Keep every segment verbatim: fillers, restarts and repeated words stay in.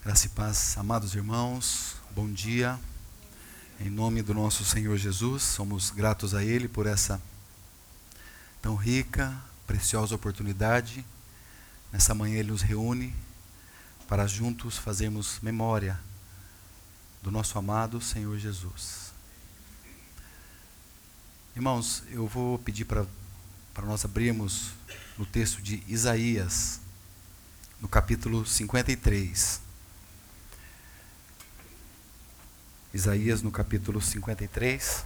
Graça e paz, amados irmãos, bom dia. Em nome do nosso Senhor Jesus, somos gratos a Ele por essa tão rica, preciosa oportunidade. Nessa manhã Ele nos reúne para juntos fazermos memória do nosso amado Senhor Jesus. Irmãos, eu vou pedir para para nós abrirmos no texto de Isaías, no capítulo cinquenta e três. Isaías no capítulo cinquenta e três.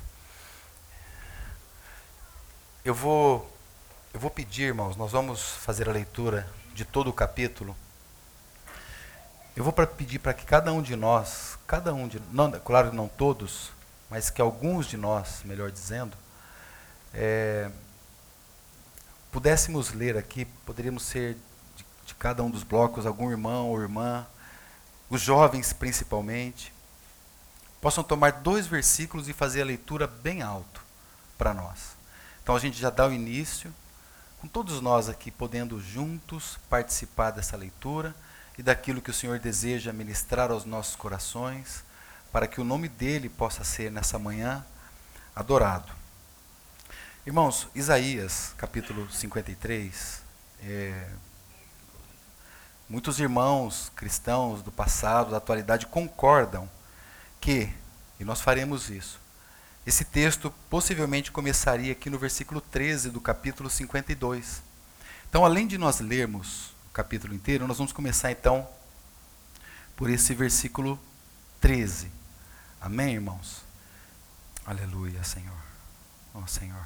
Eu vou, eu vou pedir, irmãos, nós vamos fazer a leitura de todo o capítulo. Eu vou pra pedir para que cada um de nós, cada um de, não, claro, não todos, mas que alguns de nós, melhor dizendo, é, pudéssemos ler aqui, poderíamos ser de, de cada um dos blocos, algum irmão ou irmã, os jovens principalmente, possam tomar dois versículos e fazer a leitura bem alto para nós. Então a gente já dá o início, com todos nós aqui podendo juntos participar dessa leitura e daquilo que o Senhor deseja ministrar aos nossos corações, para que o nome dele possa ser nessa manhã adorado. Irmãos, Isaías capítulo cinquenta e três, é, muitos irmãos cristãos do passado, da atualidade, concordam que, e nós faremos isso, esse texto possivelmente começaria aqui no versículo treze do capítulo cinquenta e dois. Então, além de nós lermos o capítulo inteiro, nós vamos começar então por esse versículo treze. Amém, irmãos? Aleluia, Senhor. Ó Senhor,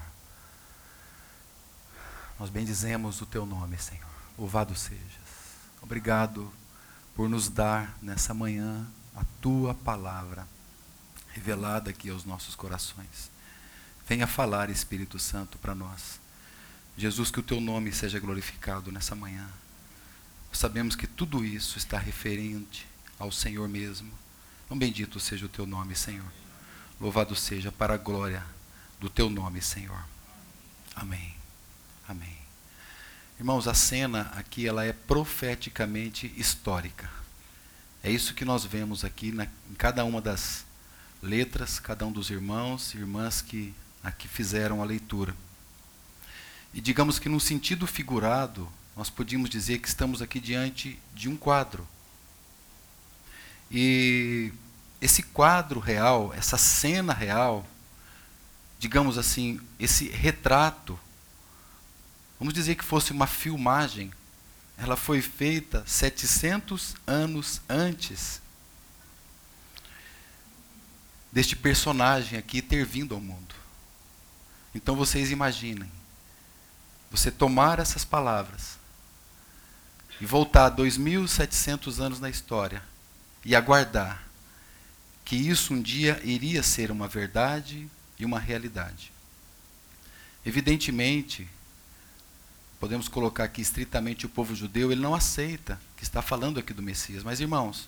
nós bendizemos o teu nome, Senhor. Louvado sejas. Obrigado por nos dar nessa manhã a tua palavra revelada aqui aos nossos corações. Venha falar, Espírito Santo, para nós. Jesus, que o teu nome seja glorificado nessa manhã. Nós sabemos que tudo isso está referente ao Senhor mesmo. Então, bendito seja o teu nome, Senhor. Louvado seja para a glória do teu nome, Senhor. Amém. Amém. Irmãos, a cena aqui ela é profeticamente histórica. É isso que nós vemos aqui na, em cada uma das letras, cada um dos irmãos e irmãs que aqui fizeram a leitura. E digamos que num sentido figurado, nós podíamos dizer que estamos aqui diante de um quadro. E esse quadro real, essa cena real, digamos assim, esse retrato, vamos dizer que fosse uma filmagem, ela foi feita setecentos anos antes deste personagem aqui ter vindo ao mundo. Então vocês imaginem, você tomar essas palavras e voltar dois mil e setecentos anos na história e aguardar que isso um dia iria ser uma verdade e uma realidade. Evidentemente, podemos colocar aqui estritamente o povo judeu, ele não aceita que está falando aqui do Messias. Mas, irmãos,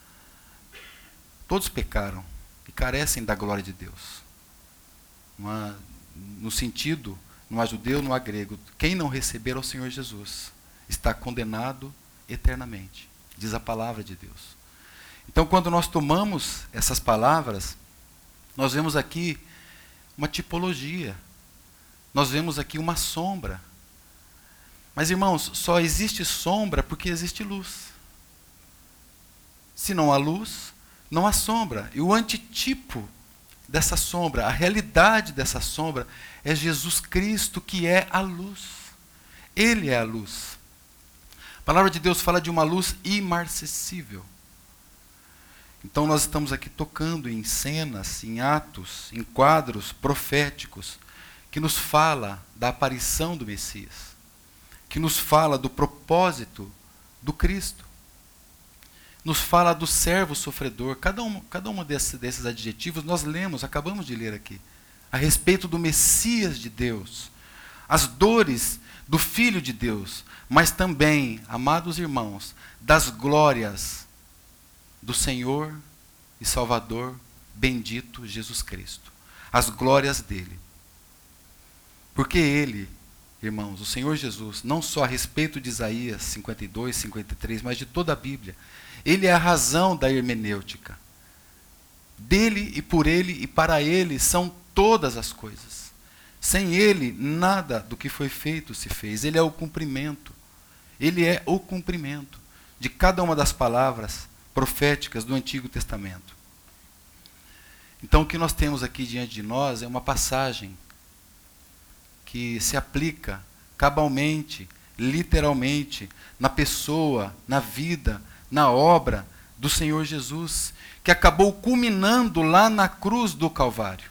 todos pecaram e carecem da glória de Deus. Não há, no sentido, não há judeu, não há grego. Quem não receber ao Senhor Jesus está condenado eternamente, diz a palavra de Deus. Então, quando nós tomamos essas palavras, nós vemos aqui uma tipologia, nós vemos aqui uma sombra. Mas, irmãos, só existe sombra porque existe luz. Se não há luz, não há sombra. E o antitipo dessa sombra, a realidade dessa sombra, é Jesus Cristo, que é a luz. Ele é a luz. A palavra de Deus fala de uma luz imarcessível. Então nós estamos aqui tocando em cenas, em atos, em quadros proféticos, que nos fala da aparição do Messias, que nos fala do propósito do Cristo, nos fala do servo sofredor. Cada um, cada um desses, desses adjetivos nós lemos, acabamos de ler aqui, a respeito do Messias de Deus, as dores do Filho de Deus, mas também, amados irmãos, das glórias do Senhor e Salvador bendito Jesus Cristo, as glórias dele. Porque ele, irmãos, o Senhor Jesus, não só a respeito de Isaías cinquenta e dois, cinquenta e três, mas de toda a Bíblia, Ele é a razão da hermenêutica. Dele e por ele e para ele são todas as coisas. Sem ele, nada do que foi feito se fez. Ele é o cumprimento. Ele é o cumprimento de cada uma das palavras proféticas do Antigo Testamento. Então, o que nós temos aqui diante de nós é uma passagem que se aplica cabalmente, literalmente, na pessoa, na vida, na obra do Senhor Jesus, que acabou culminando lá na cruz do Calvário.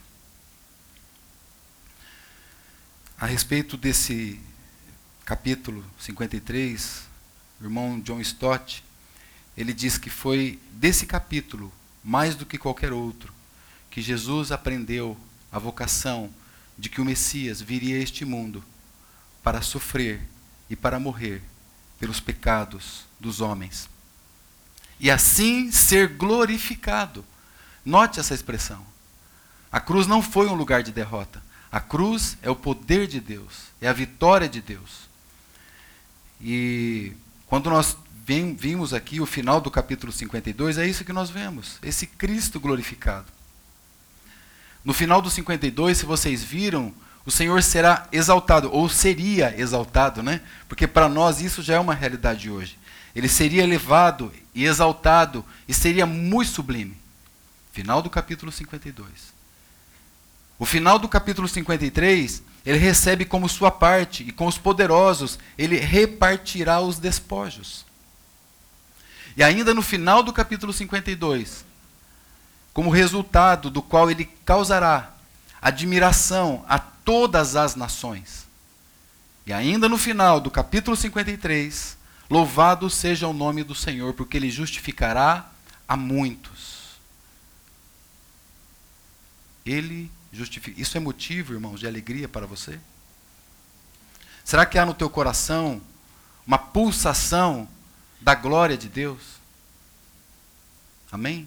A respeito desse capítulo cinquenta e três, o irmão John Stott, ele diz que foi desse capítulo, mais do que qualquer outro, que Jesus aprendeu a vocação de que o Messias viria a este mundo para sofrer e para morrer pelos pecados dos homens. E assim ser glorificado. Note essa expressão. A cruz não foi um lugar de derrota. A cruz é o poder de Deus, é a vitória de Deus. E quando nós vimos aqui o final do capítulo cinquenta e dois, é isso que nós vemos, esse Cristo glorificado. No final do cinquenta e dois, se vocês viram, o Senhor será exaltado, ou seria exaltado, né? Porque para nós isso já é uma realidade hoje. Ele seria elevado e exaltado e seria muito sublime. Final do capítulo cinquenta e dois. O final do capítulo cinquenta e três, ele recebe como sua parte, e com os poderosos, ele repartirá os despojos. E ainda no final do capítulo cinquenta e dois, como resultado do qual ele causará admiração a todas as nações. E ainda no final do capítulo cinquenta e três, louvado seja o nome do Senhor, porque ele justificará a muitos. Ele justifica. Isso é motivo, irmãos, de alegria para você? Será que há no teu coração uma pulsação da glória de Deus? Amém?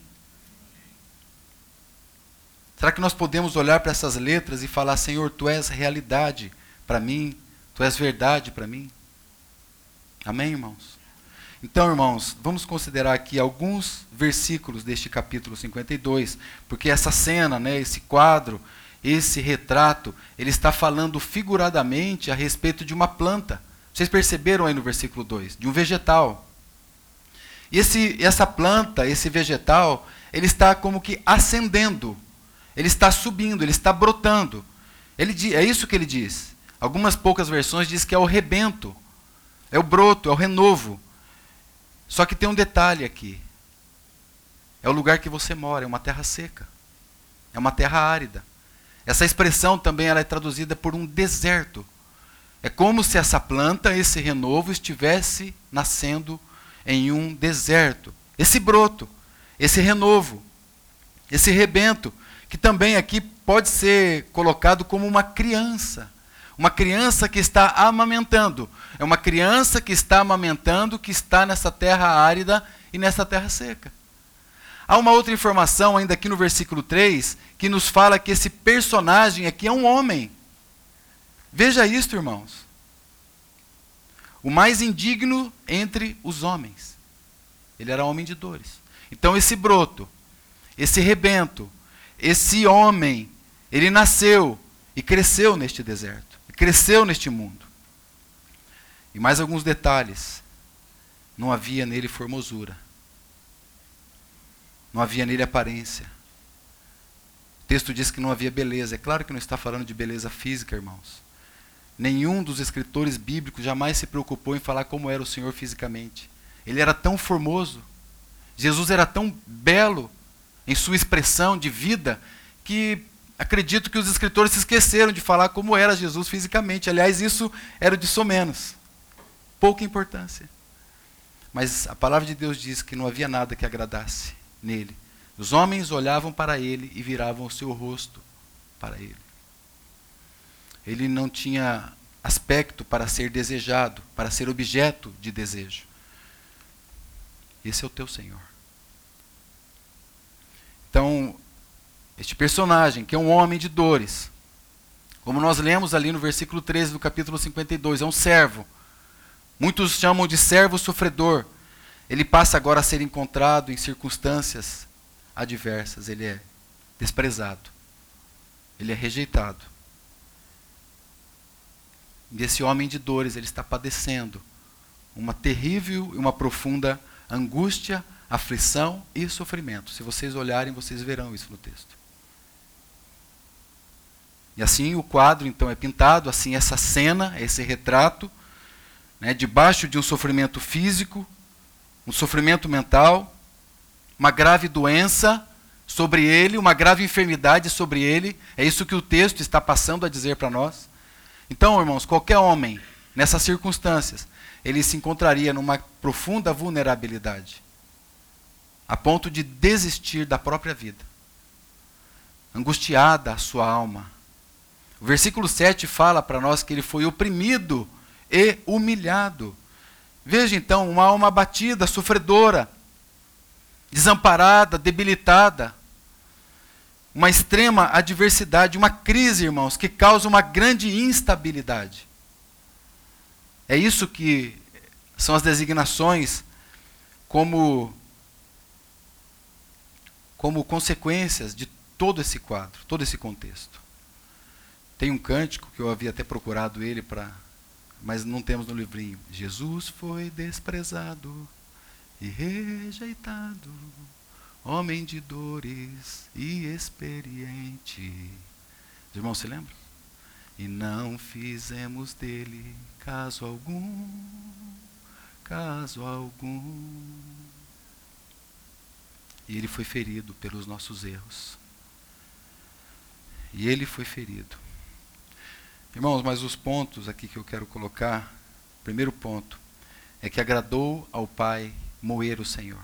Será que nós podemos olhar para essas letras e falar: Senhor, Tu és realidade para mim, Tu és verdade para mim? Amém, irmãos? Então, irmãos, vamos considerar aqui alguns versículos deste capítulo cinquenta e dois, porque essa cena, né, esse quadro, esse retrato, ele está falando figuradamente a respeito de uma planta. Vocês perceberam aí no versículo dois? De um vegetal. E esse, essa planta, esse vegetal, ele está como que ascendendo. Ele está subindo, ele está brotando. Ele, é isso que ele diz. Algumas poucas versões dizem que é o rebento, é o broto, é o renovo. Só que tem um detalhe aqui. É o lugar que você mora, é uma terra seca. É uma terra árida. Essa expressão também ela é traduzida por um deserto. É como se essa planta, esse renovo, estivesse nascendo em um deserto. Esse broto, esse renovo, esse rebento, que também aqui pode ser colocado como uma criança. Uma criança que está amamentando. É uma criança que está amamentando, que está nessa terra árida e nessa terra seca. Há uma outra informação, ainda aqui no versículo três, que nos fala que esse personagem aqui é um homem. Veja isto, irmãos. O mais indigno entre os homens. Ele era homem de dores. Então esse broto, esse rebento, esse homem, ele nasceu e cresceu neste deserto. Cresceu neste mundo. E mais alguns detalhes. Não havia nele formosura. Não havia nele aparência. O texto diz que não havia beleza. É claro que não está falando de beleza física, irmãos. Nenhum dos escritores bíblicos jamais se preocupou em falar como era o Senhor fisicamente. Ele era tão formoso. Jesus era tão belo em sua expressão de vida que acredito que os escritores se esqueceram de falar como era Jesus fisicamente. Aliás, isso era de somenos. Pouca importância. Mas a palavra de Deus diz que não havia nada que agradasse nele. Os homens olhavam para ele e viravam o seu rosto para ele. Ele não tinha aspecto para ser desejado, para ser objeto de desejo. Esse é o teu Senhor. Então, este personagem, que é um homem de dores, como nós lemos ali no versículo treze do capítulo cinquenta e dois, é um servo. Muitos chamam de servo sofredor. ele passa agora a ser encontrado em circunstâncias adversas. Ele é desprezado. Ele é rejeitado. E esse homem de dores, ele está padecendo uma terrível e uma profunda angústia, aflição e sofrimento. Se vocês olharem, vocês verão isso no texto. E assim o quadro, então, é pintado, assim essa cena, esse retrato, né, debaixo de um sofrimento físico, um sofrimento mental, uma grave doença sobre ele, uma grave enfermidade sobre ele. É isso que o texto está passando a dizer para nós. Então, irmãos, qualquer homem, nessas circunstâncias, ele se encontraria numa profunda vulnerabilidade, a ponto de desistir da própria vida. Angustiada a sua alma. O versículo sete fala para nós que ele foi oprimido e humilhado. Veja então, uma alma abatida, sofredora, desamparada, debilitada, uma extrema adversidade, uma crise, irmãos, que causa uma grande instabilidade. É isso que são as designações como, como consequências de todo esse quadro, todo esse contexto. Tem um cântico que eu havia até procurado ele para, mas não temos no livrinho. Jesus foi desprezado e rejeitado, homem de dores e experiente. Os irmãos se lembram? E não fizemos dele caso algum, caso algum. E ele foi ferido pelos nossos erros. E ele foi ferido. Irmãos, mas os pontos aqui que eu quero colocar, primeiro ponto, é que agradou ao Pai moer o Senhor.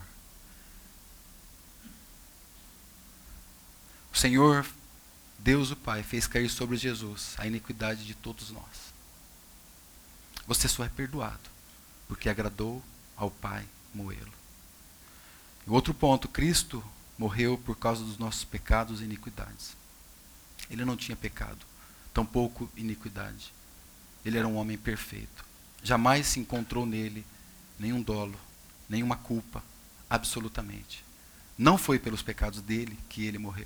O Senhor, Deus o Pai, fez cair sobre Jesus a iniquidade de todos nós. Você só é perdoado, porque agradou ao Pai moê-lo. O outro ponto, Cristo morreu por causa dos nossos pecados e iniquidades. Ele não tinha pecado, tampouco iniquidade. Ele era um homem perfeito. Jamais se encontrou nele nenhum dolo, nenhuma culpa, absolutamente. Não foi pelos pecados dele que ele morreu.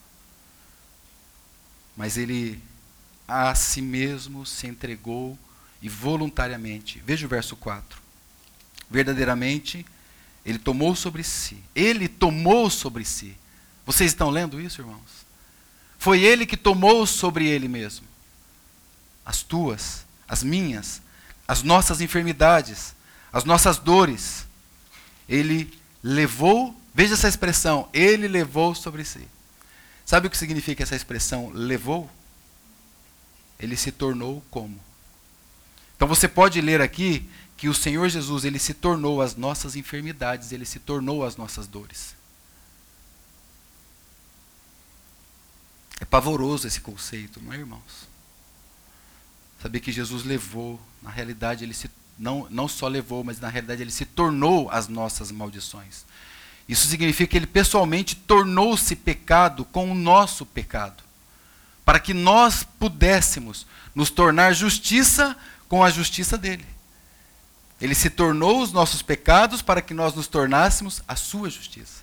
Mas ele a si mesmo se entregou e voluntariamente. Veja o verso quatro. Verdadeiramente, ele tomou sobre si. Ele tomou sobre si. Vocês estão lendo isso, irmãos? Foi ele que tomou sobre ele mesmo as tuas, as minhas, as nossas enfermidades, as nossas dores. Ele levou, veja essa expressão, ele levou sobre si. Sabe o que significa essa expressão levou? Ele se tornou como? Então você pode ler aqui que o Senhor Jesus, ele se tornou as nossas enfermidades, ele se tornou as nossas dores. É pavoroso esse conceito, não é, irmãos? Saber que Jesus levou, na realidade ele se, não, não só levou, mas na realidade ele se tornou as nossas maldições. Isso significa que ele pessoalmente tornou-se pecado com o nosso pecado, para que nós pudéssemos nos tornar justiça com a justiça dele. Ele se tornou os nossos pecados para que nós nos tornássemos a sua justiça.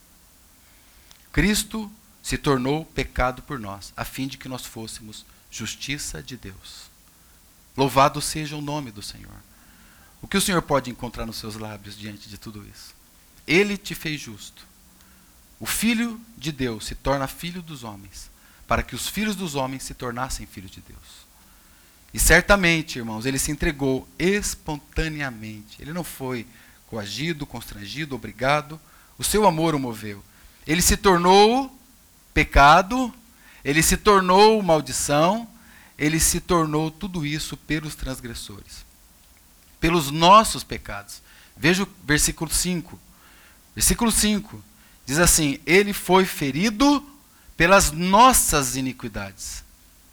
Cristo se tornou pecado por nós, a fim de que nós fôssemos justiça de Deus. Louvado seja o nome do Senhor. O que o Senhor pode encontrar nos seus lábios diante de tudo isso? Ele te fez justo. O Filho de Deus se torna filho dos homens, para que os filhos dos homens se tornassem filhos de Deus. E certamente, irmãos, ele se entregou espontaneamente. Ele não foi coagido, constrangido, obrigado. O seu amor o moveu. Ele se tornou pecado, ele se tornou maldição, ele se tornou tudo isso pelos transgressores, pelos nossos pecados. Veja o versículo cinco. Versículo cinco diz assim: ele foi ferido pelas nossas iniquidades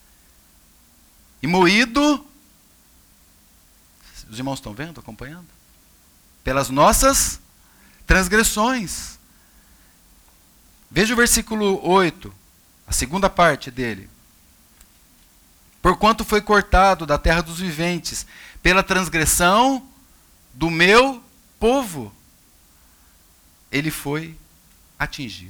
e moído, os irmãos estão vendo, acompanhando? Pelas nossas transgressões. Veja o versículo oito, a segunda parte dele. Porquanto foi cortado da terra dos viventes, pela transgressão do meu povo. ele foi atingido.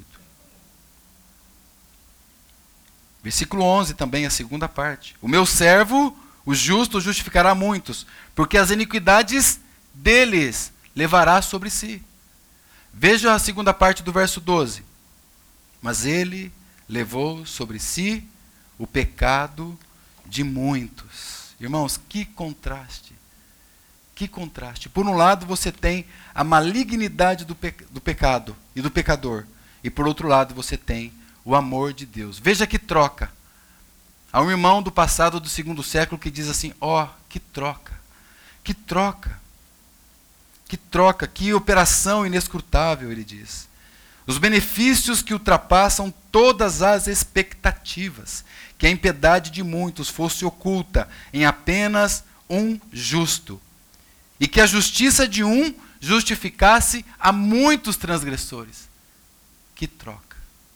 Versículo onze também, a segunda parte. O meu servo, o justo, justificará muitos, porque as iniquidades deles levará sobre si. Veja a segunda parte do verso doze. Mas ele levou sobre si o pecado de muitos. Irmãos, que contraste. Que contraste. Por um lado você tem a malignidade do, pe- do pecado e do pecador. E por outro lado você tem o amor de Deus. Veja que troca. Há um irmão do passado do segundo século que diz assim, ó, oh, que troca. Que troca. Que troca, que operação inescrutável, ele diz. Os benefícios que ultrapassam todas as expectativas, que a impiedade de muitos fosse oculta em apenas um justo, e que a justiça de um justificasse a muitos transgressores. Que troca.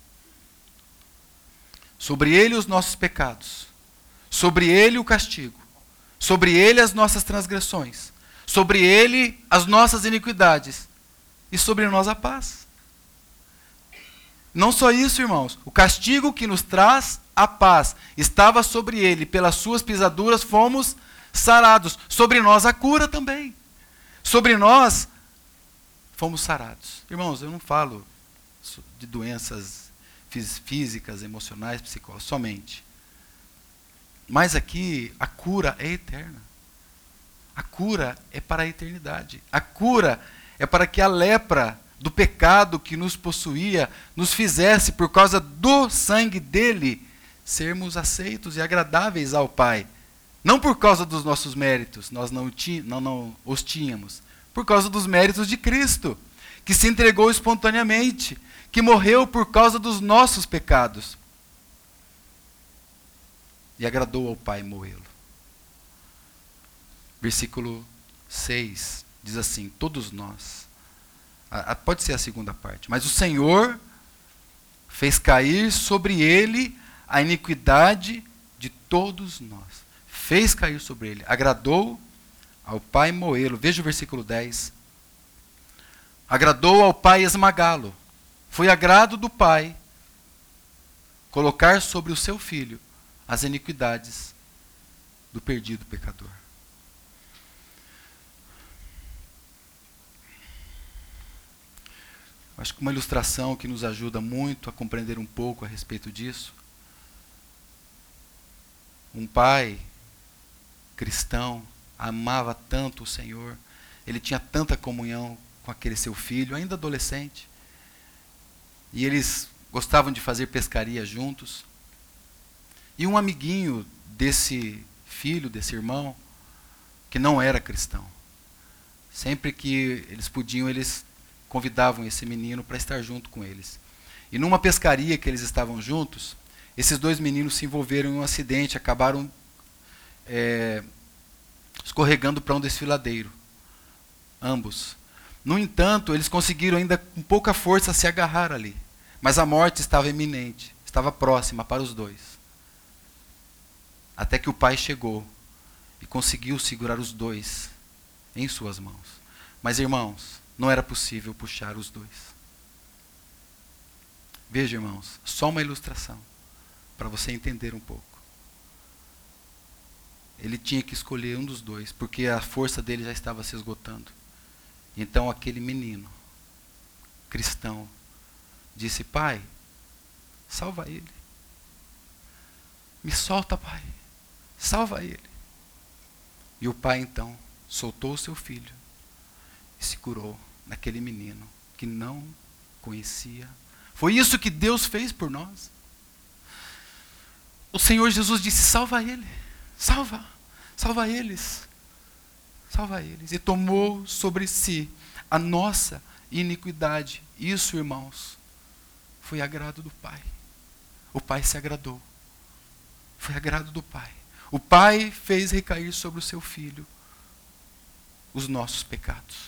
Sobre ele os nossos pecados, sobre ele o castigo, sobre ele as nossas transgressões, sobre ele as nossas iniquidades, e sobre nós a paz. Não só isso, irmãos, o castigo que nos traz a paz estava sobre ele, pelas suas pisaduras fomos sarados, sobre nós a cura também, sobre nós fomos sarados. Irmãos, eu não falo de doenças físicas, emocionais, psicológicas, somente. Mas aqui a cura é eterna. A cura é para a eternidade. A cura é para que a lepra do pecado que nos possuía nos fizesse, por causa do sangue dele, sermos aceitos e agradáveis ao Pai. Não por causa dos nossos méritos, nós não, ti, não, não os tínhamos. Por causa dos méritos de Cristo, que se entregou espontaneamente, que morreu por causa dos nossos pecados. E agradou ao Pai moê-lo. Versículo seis diz assim, todos nós. A, a, pode ser a segunda parte. Mas o Senhor fez cair sobre ele a iniquidade de todos nós. Fez cair sobre ele. Agradou ao Pai moê-lo. Veja o versículo dez. Agradou ao Pai esmagá-lo. Foi agrado do Pai colocar sobre o seu filho as iniquidades do perdido pecador. Acho que uma ilustração que nos ajuda muito a compreender um pouco a respeito disso. Um pai cristão amava tanto o Senhor, ele tinha tanta comunhão com aquele seu filho, ainda adolescente, e eles gostavam de fazer pescaria juntos. E um amiguinho desse filho, desse irmão, que não era cristão, sempre que eles podiam, eles convidavam esse menino para estar junto com eles. E numa pescaria que eles estavam juntos, esses dois meninos se envolveram em um acidente, acabaram é, escorregando para um desfiladeiro. Ambos. No entanto, eles conseguiram ainda com pouca força se agarrar ali. Mas a morte estava iminente, estava próxima para os dois. Até que o pai chegou e conseguiu segurar os dois em suas mãos. Mas, irmãos, não era possível puxar os dois. Veja, irmãos, só uma ilustração, para você entender um pouco. Ele tinha que escolher um dos dois, porque a força dele já estava se esgotando. Então aquele menino, cristão, disse, pai, salva ele. Me solta, pai, salva ele. E o pai então soltou o seu filho e se curou naquele menino que não conhecia. Foi isso que Deus fez por nós. O Senhor Jesus disse, salva ele, salva, salva eles, salva eles. E tomou sobre si a nossa iniquidade. Isso, irmãos, foi agrado do Pai. O Pai se agradou. Foi agrado do Pai. O Pai fez recair sobre o seu Filho os nossos pecados.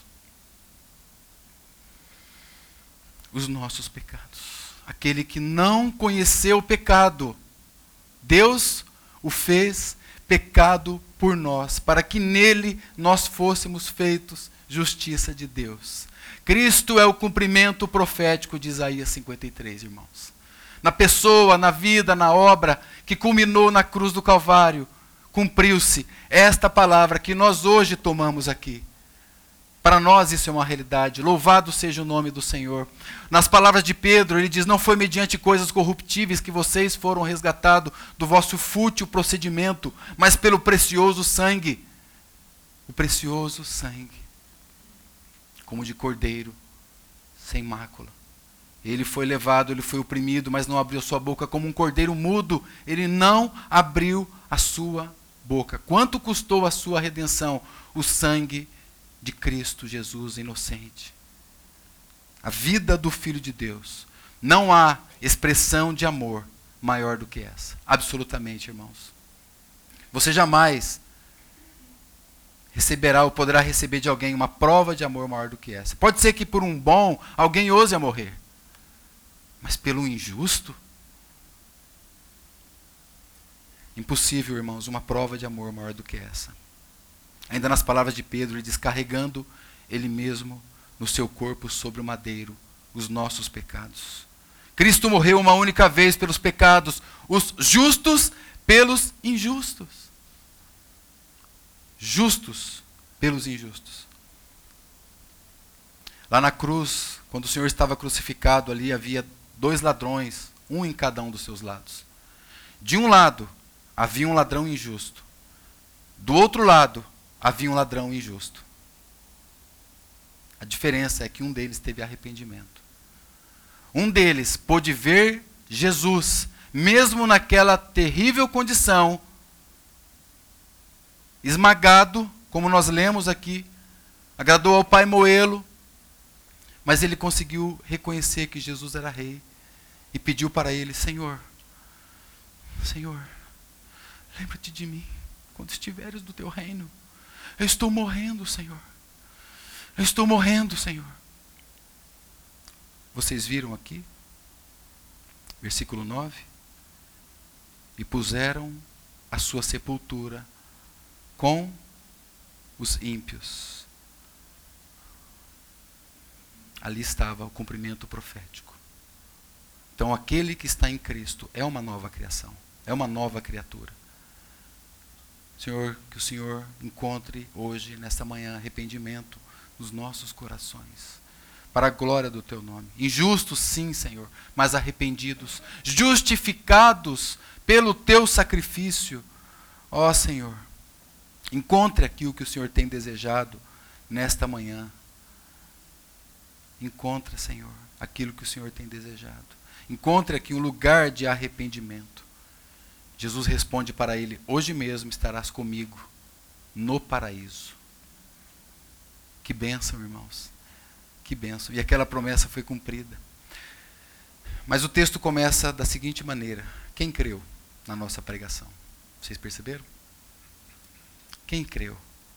Os nossos pecados. Aquele que não conheceu o pecado, Deus o fez pecado por nós, para que nele nós fôssemos feitos justiça de Deus. Cristo é o cumprimento profético de Isaías cinquenta e três, irmãos. Na pessoa, na vida, na obra que culminou na cruz do Calvário, cumpriu-se esta palavra que nós hoje tomamos aqui. Para nós isso é uma realidade. Louvado seja o nome do Senhor. Nas palavras de Pedro, ele diz: não foi mediante coisas corruptíveis que vocês foram resgatados do vosso fútil procedimento, mas pelo precioso sangue. O precioso sangue, como de cordeiro, sem mácula. Ele foi levado, ele foi oprimido, mas não abriu sua boca. Como um cordeiro mudo, ele não abriu a sua boca. Quanto custou a sua redenção? O sangue de Cristo Jesus inocente. A vida do Filho de Deus. Não há expressão de amor maior do que essa. Absolutamente, irmãos. Você jamais receberá ou poderá receber de alguém uma prova de amor maior do que essa. Pode ser que por um bom alguém ouse a morrer. Mas pelo injusto? Impossível, irmãos, uma prova de amor maior do que essa. Ainda nas palavras de Pedro, ele diz: carregando ele mesmo no seu corpo sobre o madeiro os nossos pecados. Cristo morreu uma única vez pelos pecados, os justos pelos injustos. Justos pelos injustos. Lá na cruz, quando o Senhor estava crucificado, ali havia dois ladrões, um em cada um dos seus lados. De um lado, havia um ladrão injusto. Do outro lado, havia um ladrão injusto. A diferença é que um deles teve arrependimento. Um deles pôde ver Jesus, mesmo naquela terrível condição, esmagado, como nós lemos aqui, agradou ao Pai moê-lo, mas ele conseguiu reconhecer que Jesus era rei e pediu para ele: Senhor, Senhor, lembra-te de mim quando estiveres do teu reino. Eu estou morrendo, Senhor. Eu estou morrendo, Senhor. Vocês viram aqui? Versículo nove. E puseram a sua sepultura com os ímpios. Ali estava o cumprimento profético. Então aquele que está em Cristo é uma nova criação. É uma nova criatura. Senhor, que o Senhor encontre hoje, nesta manhã, arrependimento nos nossos corações, para a glória do teu nome. Injustos, sim, Senhor, mas arrependidos, justificados pelo teu sacrifício. Ó Senhor, encontre aqui o que o Senhor tem desejado nesta manhã. Encontre, Senhor, aquilo que o Senhor tem desejado. Encontre aqui um lugar de arrependimento. Jesus responde para ele: hoje mesmo estarás comigo no paraíso. Que bênção, irmãos. Que bênção. E aquela promessa foi cumprida. Mas o texto começa da seguinte maneira: quem creu na nossa pregação? Vocês perceberam? Quem creu?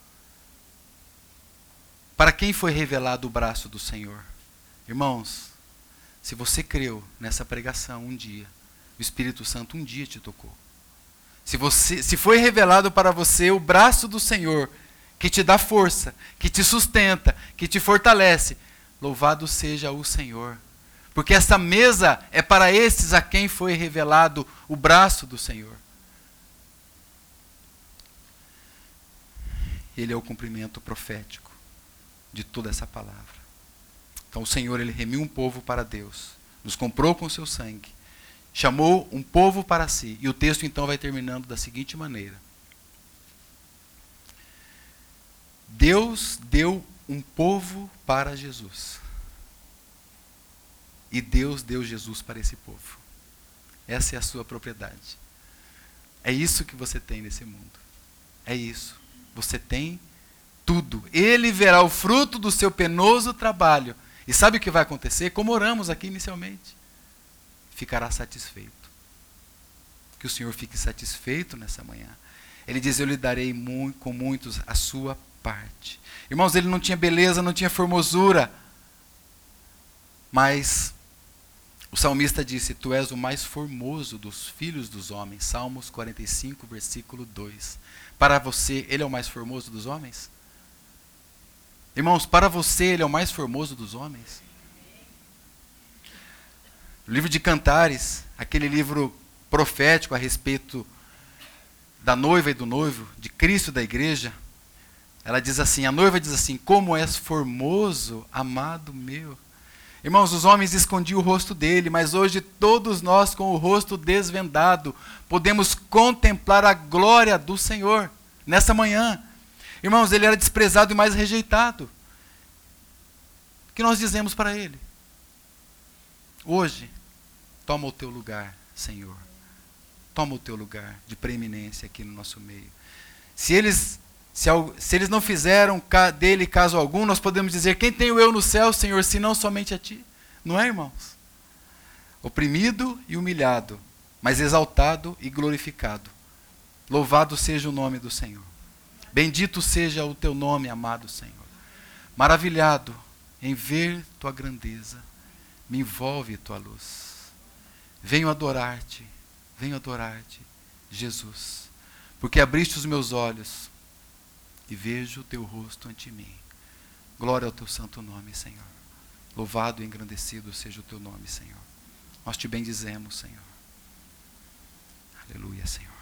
Para quem foi revelado o braço do Senhor? Irmãos, se você creu nessa pregação um dia, o Espírito Santo um dia te tocou. Se, você, se foi revelado para você o braço do Senhor, que te dá força, que te sustenta, que te fortalece, louvado seja o Senhor. Porque essa mesa é para esses a quem foi revelado o braço do Senhor. Ele é o cumprimento profético de toda essa palavra. Então o Senhor, ele remiu um povo para Deus, nos comprou com o seu sangue, chamou um povo para si. E o texto então vai terminando da seguinte maneira: Deus deu um povo para Jesus. E Deus deu Jesus para esse povo. Essa é a sua propriedade. É isso que você tem nesse mundo. É isso. Você tem tudo. Ele verá o fruto do seu penoso trabalho. E sabe o que vai acontecer? Como oramos aqui inicialmente. Ficará satisfeito. Que o Senhor fique satisfeito nessa manhã. Ele diz: eu lhe darei muito, com muitos a sua parte. Irmãos, ele não tinha beleza, não tinha formosura, mas O salmista disse: tu és o mais formoso dos filhos dos homens. Salmos quarenta e cinco, versículo dois. Para você, ele é o mais formoso dos homens? Irmãos, para você, ele é o mais formoso dos homens? O livro de Cantares, aquele livro profético a respeito da noiva e do noivo, de Cristo e da igreja, ela diz assim, a noiva diz assim: como és formoso, amado meu. Irmãos, os homens escondiam o rosto dele, mas hoje todos nós, com o rosto desvendado, podemos contemplar a glória do Senhor, nessa manhã. Irmãos, ele era desprezado e mais rejeitado. O que nós dizemos para ele? Hoje, toma o teu lugar, Senhor. Toma o teu lugar de preeminência aqui no nosso meio. Se eles, se, se eles não fizeram dele caso algum, nós podemos dizer: quem tenho eu no céu, Senhor, senão somente a ti? Não é, irmãos? Oprimido e humilhado, mas exaltado e glorificado. Louvado seja o nome do Senhor. Bendito seja o teu nome, amado Senhor. Maravilhado em ver tua grandeza, me envolve tua luz. Venho adorar-te, venho adorar-te, Jesus, porque abriste os meus olhos e vejo o teu rosto ante mim. Glória ao teu santo nome, Senhor. Louvado e engrandecido seja o teu nome, Senhor. Nós te bendizemos, Senhor. Aleluia, Senhor.